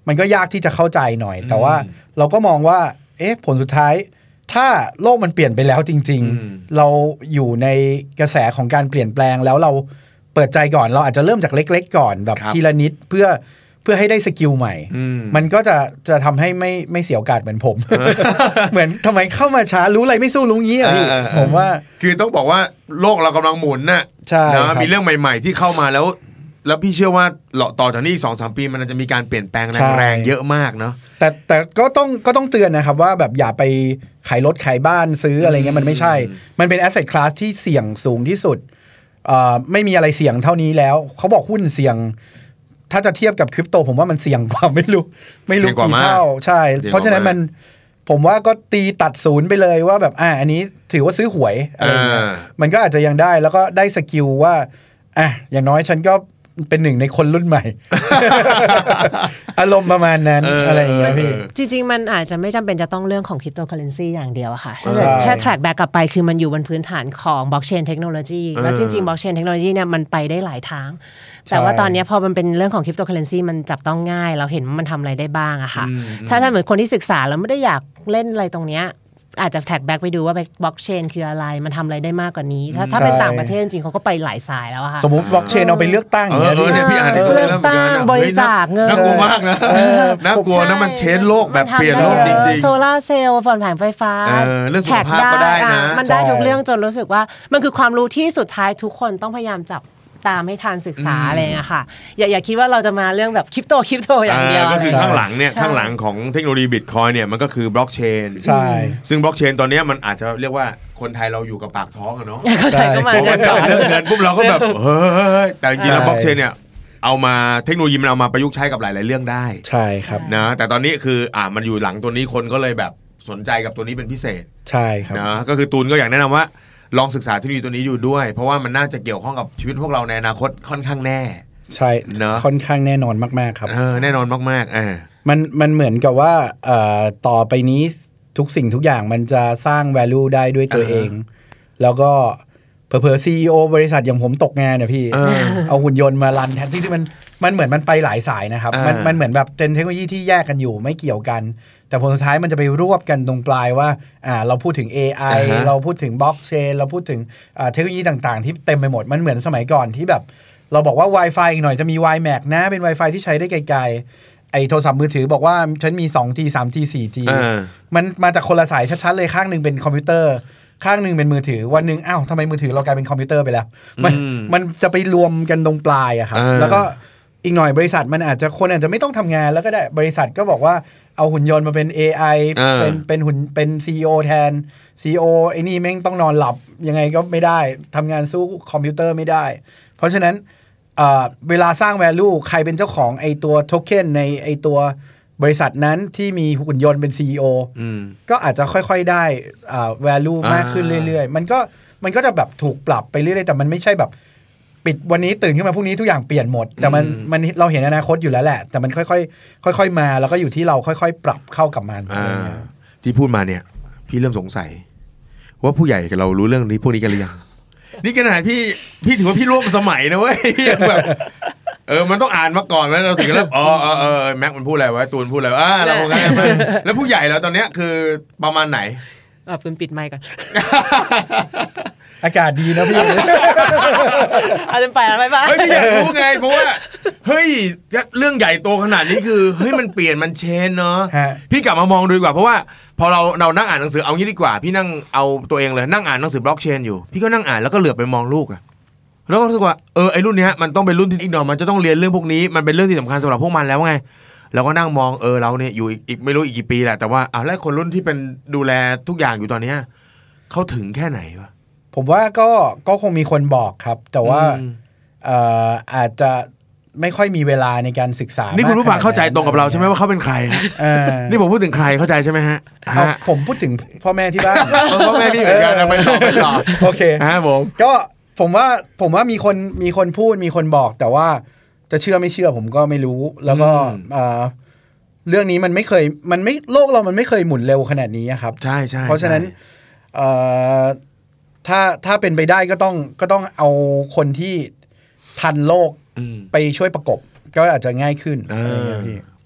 มันก็ยากที่จะเข้าใจหน่อย แต่ว่าเราก็มองว่าเอ๊ะผลสุดท้ายถ้าโลกมันเปลี่ยนไปแล้วจริงๆเราอยู่ในกระแสของการเปลี่ยนแปลงแล้วเราเปิดใจก่อนเราอาจจะเริ่มจากเล็กๆก่อนแบบทีละนิดเพื่อเพื่อให้ได้สกิลใหม่มันก็จะจะทำให้ไม่ไม่เสียโอกาสเหมือนผม เหมือนทำไมเข้ามาช้ารู้อะไรไม่สู้รู้งี้อ่ะพี่ผมว่าคือต้องบอกว่าโลกเรากำลังหมุนน่ะนะมีเรื่องใหม่ๆที่เข้ามาแล้วแล้วพี่เชื่อว่าต่อจากนี้อีก สองถึงสาม ปีมันจะมีการเปลี่ยนแปลงแรงๆเยอะมากเนาะแต่แต่ก็ต้องก็ต้องเตือนนะครับว่าแบบอย่าไปขายรถขายบ้านซื้ออะไรเงี้ยมันไม่ใช่มันเป็น asset class ที่เสี่ยงสูงที่สุดไม่มีอะไรเสี่ยงเท่านี้แล้วเขาบอกหุ้นเสี่ยงถ้าจะเทียบกับคริปโตผมว่ามันเสี่ยงกว่าไม่รู้ไม่รู้กี่เท่าใช่เพราะฉะนั้นมันผมว่าก็ตีตัดศูนย์ไปเลยว่าแบบอ่าอันนี้ถือว่าซื้อหวยอะไรเงี้ยมันก็อาจจะยังได้แล้วก็ได้สกิลว่าอ่ะอย่างน้อยฉันก็เป็นหนึ่งในคนรุ่นใหม่ อารมณ์ประมาณนั้น อ, อะไรอย่างเงี้ยพี่จริงๆมันอาจจะไม่จำเป็นจะต้องเรื่องของคริปโตเคอเรนซีอย่างเดียวค่ะถ้าเกิดแค่ track back กลับไปคือมันอยู่บนพื้นฐานของ blockchain technology แล้วจริงๆ blockchain technology เนี่ยมันไปได้หลายทางแต่ว่าตอนนี้พอมันเป็นเรื่องของคริปโตเคอเรนซีมันจับต้องง่ายเราเห็นว่ามันทำอะไรได้บ้างอะค่ะถ้าถ้าเหมือนคนที่ศึกษาแล้วไม่ได้อยากเล่นอะไรตรงเนี้ยอาจจะแท็กแบ็กไปดูว่าบล็อกเชนคืออะไรมันทำอะไรได้มากกว่านี้ถ้าถ้าเป็นต่างประเทศจริงเขาก็ไปหลายสายแล้วค่ะสมมุติบล็อกเชนเอาไปเลือกตั้งอย่างเงี้ยพี่อ่านเลือกตั้งบริจาคเงินน่ากลัวมากนะน่ากลัวนะมันเชนโลกแบบเปลี่ยนโลกจริงๆโซล่าเซลล์ฝนแผงไฟฟ้าแท็กได้มันได้ทุกเรื่องจนรู้สึกว่ามันคือความรู้ที่สุดท้ายทุกคนต้องพยายามจับตามให้ทันศึกษาอะไรเงี้ยค่ะอย่าอย่าคิดว่าเราจะมาเรื่องแบบคริปโตคริปโตอย่างเดียวก็คือข้างหลังเนี่ยข้างหลังของเทคโนโลยีบิตคอยน์เนี่ยมันก็คือบล็อกเชนใช่ซึ่งบล็อกเชนตอนนี้มันอาจจะเรียกว่าคนไทยเราอยู่กับปากท้องอะเนาะเข้าใจก็มาเรื่องเงินปุ๊บเราก็แบบเฮ้ยแต่จริงๆแล้วบล็อกเชนเนี่ยเอามาเทคโนโลยีมันเอามาประยุกต์ใช้กับหลายๆเรื่องได้ใช่ครับนะแต่ตอนนี้คืออ่ามันอยู่หลังตัวนี้คนก็เลยแบบสนใจกับตัวนี้เป็นพิเศษใช่ครับนะก็คือตูนก็อยากแนะนำว่าลองศึกษาเทคโนโลยีตัวนี้อยู่ด้วยเพราะว่ามันน่าจะเกี่ยวข้องกับชีวิตพวกเราในอนาคตค่อนข้างแน่ใช่เนาะค่อนข้างแน่นอนมากๆครับเออแน่นอนมากๆอ่ามันมันเหมือนกับว่าเอ่อต่อไปนี้ทุกสิ่งทุกอย่างมันจะสร้าง value ได้ด้วยตัวเองแล้วก็เผลอๆ ซี อี โอ บริษัทอย่างผมตกงานเนี่ยพี่เอาหุ่นยนต์มารันแทนที่มันมันเหมือนมันไปหลายสายนะครับมันมันเหมือนแบบเป็นเทคโนโลยีที่แยกกันอยู่ไม่เกี่ยวกันแต่ผลสุดท้ายมันจะไปรวบกันตรงปลายว่าอ่าเราพูดถึง เอ ไอ uh-huh. เราพูดถึงบล็อกเชนเราพูดถึงอ่าเทคโนโลยีต่างๆที่เต็มไปหมดมันเหมือนสมัยก่อนที่แบบเราบอกว่า Wi-Fi อีกหน่อยจะมี Wi-Max นะเป็น Wi-Fi ที่ใช้ได้ไกลๆไอ้โทรศัพท์มือถือบอกว่าฉันมี สองจี สามจี สี่จี uh-huh. มันมาจากคนละสายชัดๆเลยข้างนึงเป็นคอมพิวเตอร์ข้างนึงเป็นมือถือวันนึงอ้าวทำไมมือถือเรากลายเป็นคอมพิวเตอร์ไปแล้วมันมันจะไปรวมกันตรงปลายอะครับ uh-huh. แล้วก็อีกหน่อยบริษัทมันอาจจะคนอาจจะไม่ต้องทำงานแล้วก็ได้บริษัทก็บอกว่าเอาหุ่นยนต์มาเป็น เอ ไอ เป็นเป็นหุ่นเป็น ซี อี โอ แทน ซี อี โอ ไอ้นี่แม่งต้องนอนหลับยังไงก็ไม่ได้ทำงานสู้คอมพิวเตอร์ไม่ได้เพราะฉะนั้นเอ่อเวลาสร้าง value ใครเป็นเจ้าของไอ้ตัวโทเค็นในไอ้ตัวบริษัทนั้นที่มีหุ่นยนต์เป็น ซี อี โอ ก็อาจจะค่อยๆได้อ่า value มากขึ้นเรื่อยๆมันก็มันก็จะแบบถูกปรับไปเรื่อยๆแต่มันไม่ใช่แบบปิดวันนี้ตื่นขึ้นมาพรุ่งนี้ทุกอย่างเปลี่ยนหมดแต่มันมันเราเห็นอนาคตอยู่แล้วแหละแต่มันค่อยๆค่อยๆมาแล้วก็อยู่ที่เราค่อยๆปรับเข้ากับมันที่พูดมาเนี่ยพี่เริ่มสงสัยว่าผู้ใหญ่กับเรารู้เรื่องนี้พวกนี้กันหรือยังนี่ขนาดพี่พี่ถือว่าพี่ร่วมสมัยนะเว้ยแบบเออมันต้องอ่านมาก่อนแล้วเราถึงแล้วอ๋อเออเออแม็กมันพูดอะไรวะตูนพูดอะไรอ่าเราไงแล้วผู้ใหญ่แล้วตอนเนี้ยคือประมาณไหนอ่ะปืนปิดไมค์ก่อนอากาศดีนะพี่อาจจะไปแล้วไปบ้างเฮ้ยพี่อยากรู้ไงเพราะว่าเฮ้ยเรื่องใหญ่โตขนาดนี้คือเฮ้ยมันเปลี่ยนมันเชนเนาะพี่กลับมามองดูดีกว่าเพราะว่าพอเราเรานั่งอ่านหนังสือเอางี้ดีกว่าพี่นั่งเอาตัวเองเลยนั่งอ่านหนังสือบล็อกเชนอยู่พี่ก็นั่งอ่านแล้วก็เหลือบไปมองลูกอะแล้วก็รู้สึกว่าเออไอ้รุ่นเนี้ยมันต้องเป็นรุ่นที่อีกหน่อยมันจะต้องเรียนเรื่องพวกนี้มันเป็นเรื่องที่สำคัญสำหรับพวกมันแล้วไงเราก็นั่งมองเออเราเนี่ยอยู่อีกไม่รู้อีกกี่ปีแหละแต่ว่าอ้าวแล้วคนรุ่นที่เป็นดูแลทุกอย่างอยู่ตอนเนี้ยเขาถึงแค่ไหนวะผมว่าก็ก็คงมีคนบอกครับแต่ว่าเอ่ออาจจะไม่ค่อยมีเวลาในการศึกษานี่คุณผู้ฟังเข้าใจตรงกับเราใช่ไหมว่าเขาเป็นใครนี่ผมพูดถึงใครเข้าใจใช่ไหมฮะผมพูดถึงพ่อแม่ที่บ้านพ่อแม่ที่เหมือนกันไปต่อไปต่อโอเคฮะผมก็ผมว่าผมว่ามีคนมีคนพูดมีคนบอกแต่ว่าจะเชื่อไม่เชื่อผมก็ไม่รู้แล้วก็เรื่องนี้มันไม่เคยมันไม่โลกเรามันไม่เคยหมุนเร็วขนาดนี้ครับใช่ใช่เพราะฉะนั้นถ้าถ้าเป็นไปได้ก็ต้องก็ต้องเอาคนที่ทันโลกไปช่วยประกบก็อาจจะง่ายขึ้น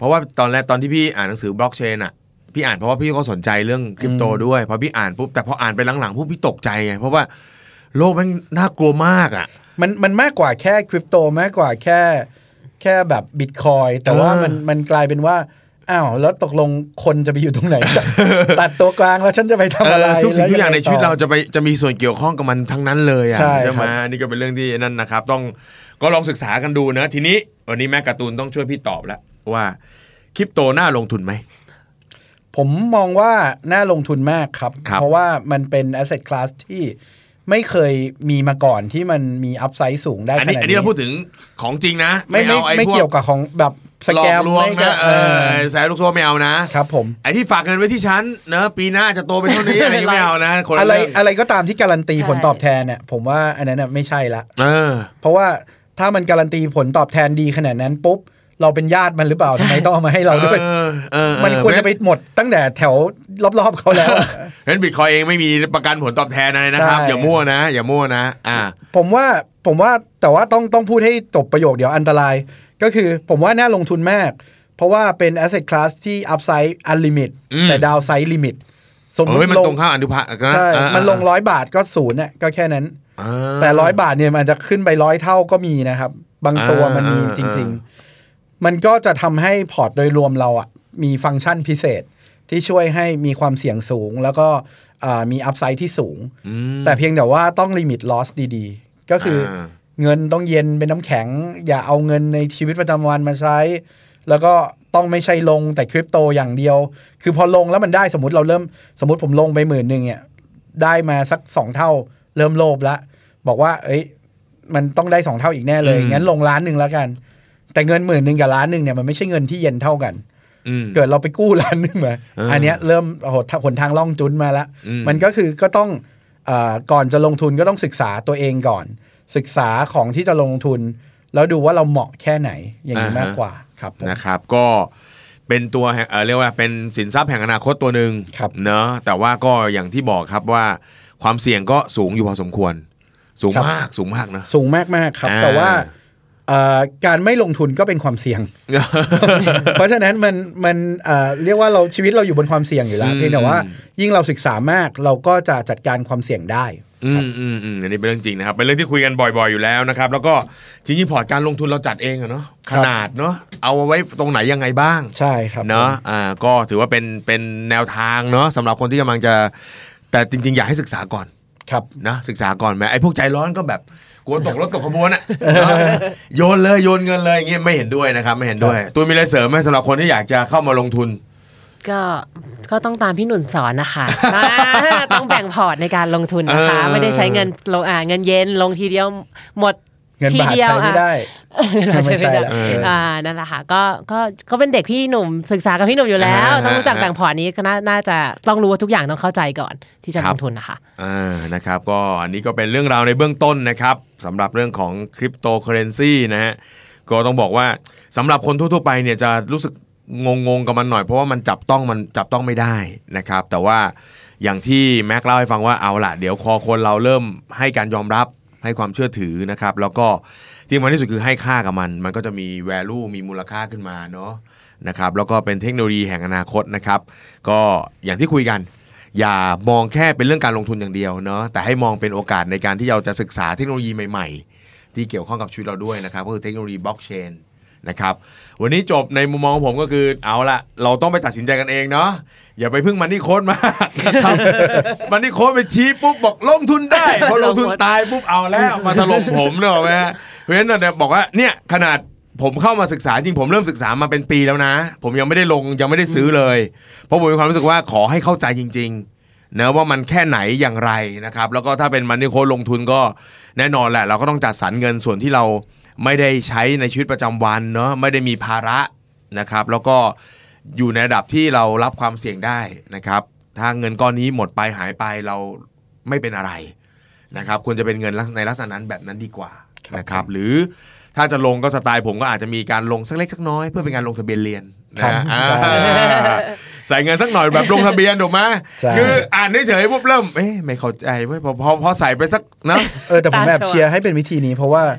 เพราะว่าตอนแรกตอนที่พี่อ่านหนังสือบล็อกเชนอ่ะพี่อ่านเพราะว่าพี่ก็สนใจเรื่องคริปโตด้วยพอพี่อ่านปุ๊บแต่พออ่านไปหลังๆปุ๊บพี่ตกใจไงเพราะว่าโลกมันน่ากลัวมากอ่ะมันมันมากกว่าแค่คริปโตมากกว่าแค่แค่แบบบิตคอยแต่ว่ามันมันกลายเป็นว่าอ้าวแล้วตกลงคนจะไปอยู่ตรงไหน ตัดตัวกลางแล้วฉันจะไปทำอะไรทุกสิ่งทุกอย่างในชีวิตเราจะไปจะมีส่วนเกี่ยวข้องกับมันทั้งนั้นเลยอ่ะใช่ไหมนี่ก็เป็นเรื่องที่นั่นนะครับต้องก็ลองศึกษากันดูนะทีนี้วันนี้แม่การ์ตูนต้องช่วยพี่ตอบแล้วว่าคริปโตน่าลงทุนไหมผมมองว่าน่าลงทุนมากครับเพราะว่ามันเป็น asset class ที่ไม่เคยมีมาก่อนที่มันมีอัพไซด์สูงได้ขนาดนี้อันนี้เราพูดถึงของจริงนะไม่ไม่ไม่เกี่ยวกับของแบบสแกมไม่นะเออแสลูกโซ่ไม่เอานะครับผมไอ้ที่ฝากเงินไว้ที่ฉันเนอะปีหน้าจะโตเป็นเท่านี้อะไรไม่เอานะคนอะไรอะไรก็ตามที่การันตีผลตอบแทนเนี่ยผมว่าอันนั้นไม่ใช่ละเออเพราะว่าถ้ามันการันตีผลตอบแทนดีขนาดนั้นปุ๊บเราเป็นญาติมันหรือเปล่าทำไมต้องเอามาให้เราด้วยมันควรจะไปหมดตั้งแต่แถวรอบๆเขาแล้วเพราะฉะนั้นบิตคอยเองไม่มีประกันผลตอบแทนอะไรนะครับอย่ามั่วนะอย่ามั่วนะอ่าผมว่าผมว่าแต่ว่าต้องต้องพูดให้จบประโยคเดี๋ยวอันตรายก็คือผมว่าน่าลงทุนมากเพราะว่าเป็น asset class ที่ upside unlimit แต่ downside limit สมมติมันตรงข้ามอนุภาคใช่มันลงร้อยบาทก็ศูนย์เนี่ยก็แค่นั้นแต่ร้อยบาทเนี่ยมันจะขึ้นไปร้อยเท่าก็มีนะครับบางตัวมันมีจริงๆมันก็จะทำให้พอร์ตโดยรวมเราอ่ะมีฟังก์ชันพิเศษที่ช่วยให้มีความเสี่ยงสูงแล้วก็มี upside ที่สูงแต่เพียงแต่ว่าต้อง limit loss ดีๆก็คือเงินต้องเย็นเป็นน้ำแข็งอย่าเอาเงินในชีวิตประจำวันมาใช้แล้วก็ต้องไม่ใช่ลงแต่คริปโตอย่างเดียวคือพอลงแล้วมันได้สมมติเราเริ่มสมมติผมลงไปหมื่นหนึ่งเนี่ยได้มาสักสองเท่าเริ่มโลภละบอกว่าเอ้ยมันต้องได้สองเท่าอีกแน่เลยงั้นลงล้านหนึ่งแล้วกันแต่เงินหมื่นหนึ่งกับล้านหนึ่งเนี่ยมันไม่ใช่เงินที่เย็นเท่ากันเกิดเราไปกู้ล้านหนึ่งมาอันเนี้ยเริ่มโอ้โหหนทางล่องจุนมาแล้วมันก็คือก็ต้องอ่าก่อนจะลงทุนก็ต้องศึกษาตัวเองก่อนศึกษาของที่จะลงทุนแล้วดูว่าเราเหมาะแค่ไหนอย่างนี้มากกว่าครับนะครับก็เป็นตัวเอ่อเรียกว่าเป็นสินทรัพย์แห่งอนาคตตัวนึงเนาะแต่ว่าก็อย่างที่บอกครับว่าความเสี่ยงก็สูงอยู่พอสมควรสูงมากสูงมากนะสูงมากมากครับแต่ว่าการไม่ลงทุนก็เป็นความเสี่ยง เพราะฉะนั้นมันมันเรียกว่าเราชีวิตเราอยู่บนความเสี่ยงอยู่แล้วเพียงแต่ว่ายิ่งเราศึกษามากเราก็จะจัดการความเสี่ยงได้อืมอืมอืมอันนี้เป็นเรื่องจริงนะครับเป็นเรื่องที่คุยกันบ่อยๆอยู่แล้วนะครับแล้วก็จริงๆพอร์ตการลงทุนเราจัดเองอะเนาะขนาดเนาะเอาไว้ตรงไหนยังไงบ้างใช่ครับเนาะอ่าก็ถือว่าเป็นเป็นแนวทางเนาะสำหรับคนที่กำลังจะแต่จริงๆอยากให้ศึกษาก่อนครับนะศึกษาก่อนแม้ไอ้พวกใจร้อนก็แบบกลัวตกรถตกขบวนอ่ะโยนเลยโยนเงินเลยอย่างเงี้ยไม่เห็นด้วยนะครับไม่เห็นด้วยตัวมีอะไรเสริมไหมสำหรับคนที่อยากจะเข้ามาลงทุนก็ก็ต้องตามพี่หนุ่นสอนนะคะต้องแบ่งพอร์ตในการลงทุนนะคะไม่ได้ใช้เงินลงอ่าเงินเย็นลงทีเดียวหมดทีเดียวไม่ได้ไม่ใช่อ่านั่นแหละค่ะก็ก็ก็เป็นเด็กพี่หนุ่มศึกษากับพี่หนุ่มอยู่แล้วต้องรู้จักแบ่งพอร์ตนี้ก็น่าจะต้องรู้ว่าทุกอย่างต้องเข้าใจก่อนที่จะลงทุนนะคะอ่านะครับก็อันนี้ก็เป็นเรื่องราวในเบื้องต้นนะครับสำหรับเรื่องของคริปโตเคอเรนซีนะฮะก็ต้องบอกว่าสำหรับคนทั่วๆไปเนี่ยจะรู้สึกงงๆกับมันหน่อยเพราะว่ามันจับต้องมันจับต้องไม่ได้นะครับแต่ว่าอย่างที่แม็กเล่าให้ฟังว่าเอาล่ะเดี๋ยวพอคนเราเริ่มให้การยอมรับให้ความเชื่อถือนะครับแล้วก็ที่มันที่สุดคือให้ค่ากับมันมันก็จะมี value มีมูลค่าขึ้นมาเนาะนะครับแล้วก็เป็นเทคโนโลยีแห่งอนาคตนะครับก็อย่างที่คุยกันอย่ามองแค่เป็นเรื่องการลงทุนอย่างเดียวเนาะแต่ให้มองเป็นโอกาสในการที่เราจะศึกษาเทคโนโลยีใหม่ๆที่เกี่ยวข้องกับชีวิตเราด้วยนะครับก็คือเทคโนโลยีบล็อกเชนนะครับวันนี้จบในมุมมองของผมก็คือเอาละเราต้องไปตัดสินใจกันเองเนาะอย่าไปพึ่งมันนี่โค้ดมากนะครับมันนี่โค้ดไปชี้ปุ๊บบอกลงทุนได้พอลงทุนตายปุ๊บเอาแล้วมาถล่มผมเนอะแม่เพราะฉะนั้นเนี่ยบอกว่าเนี่ยขนาดผมเข้ามาศึกษาจริงผมเริ่มศึกษามาเป็นปีแล้วนะผมยังไม่ได้ลงยังไม่ได้ซื้อเลยเพราะผมมีความรู้สึกว่าขอให้เข้าใจจริงๆเนอะว่ามันแค่ไหนอย่างไรนะครับแล้วก็ถ้าเป็นมันนี่โค้ดลงทุนก็แน่นอนแหละเราก็ต้องจัดสรรเงินส่วนที่เราไม่ได้ใช้ในชีวิตประจำวันเนาะไม่ได้มีภาระนะครับแล้วก็อยู่ในระดับที่เรารับความเสี่ยงได้นะครับถ้าเงินก้อนนี้หมดไปหายไปเราไม่เป็นอะไรนะครับควรจะเป็นเงินในลักษณะนั้นแบบนั้นดีกว่านะครับหรือถ้าจะลงก็สไตล์ผมก็อาจจะมีการลงสักเล็กสักน้อยเพื่อเป็นการลงทะเบียนเรียนนะใส่เงินสักหน่อยแบบลงทะเบียนถูกไหมคืออ่านเฉยๆปุ๊บเริ่มเอ๊ะไม่เข้าใจเว้ยพอพอพอใส่ไปสักนะเออแต่ผมแบบเชียร์ให้เป็นวิธีนี้เพราะว่า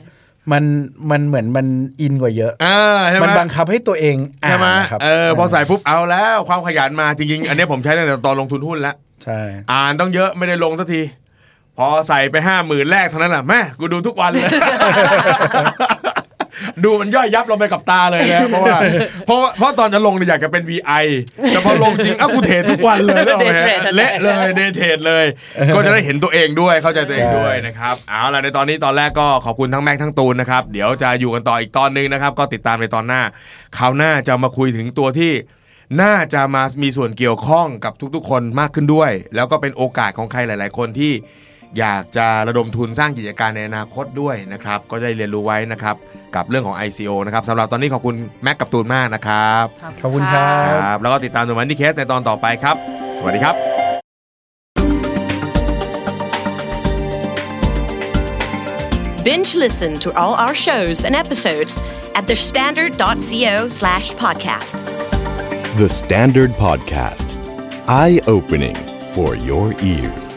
มันมันเหมือนมันอินกว่าเยอะอ่าใช่ไหมมันบังคับให้ตัวเองอ่านใช่ไหมครับเออพอใส่ปุ๊บเอาแล้วความขยันมาจริงๆอันนี้ผมใช้ตั้งแต่ตอนลงทุนหุ้นแล้วใช่อ่านต้องเยอะไม่ได้ลงสักทีพอใส่ไปห้าหมื่นแรกเท่านั้นแหละแม่กูดูทุกวันเลย ดูมันย่อยยับลงไปกับตาเลยนะเพราะว่าเพราะเพราะตอนจะลงเนี่ยอยากจะเป็น วี ไอ แต่พอลงจริงอ้าวกูเทรดทุกวันเลยเละเลยเดย์เทรดเลยก็จะได้เห็นตัวเองด้วยเข้าใจตัวเองด้วยนะครับเอาล่ะในตอนนี้ตอนแรกก็ขอบคุณทั้งแม็กทั้งตูนนะครับเดี๋ยวจะอยู่กันต่ออีกตอนนึงนะครับก็ติดตามในตอนหน้าคราวหน้าจะมาคุยถึงตัวที่น่าจะมามีส่วนเกี่ยวข้องกับทุกๆคนมากขึ้นด้วยแล้วก็เป็นโอกาสของใครหลายๆคนที่อยากจะระดมทุนสร้างกิจการในอนาคตด้วยนะครับก็ได้เรียนรู้ไว้นะครับกับเรื่องของ ไอ ซี โอ นะครับสำหรับตอนนี้ขอบคุณแม็กกับตูนมากนะครับขอบคุณครับแล้วก็ติดตาม The Money Case ในตอนต่อไปครับสวัสดีครับ Binge listen to all our shows and episodes at the standard dot co slash podcast. The Standard Podcast. Eye-opening for your ears.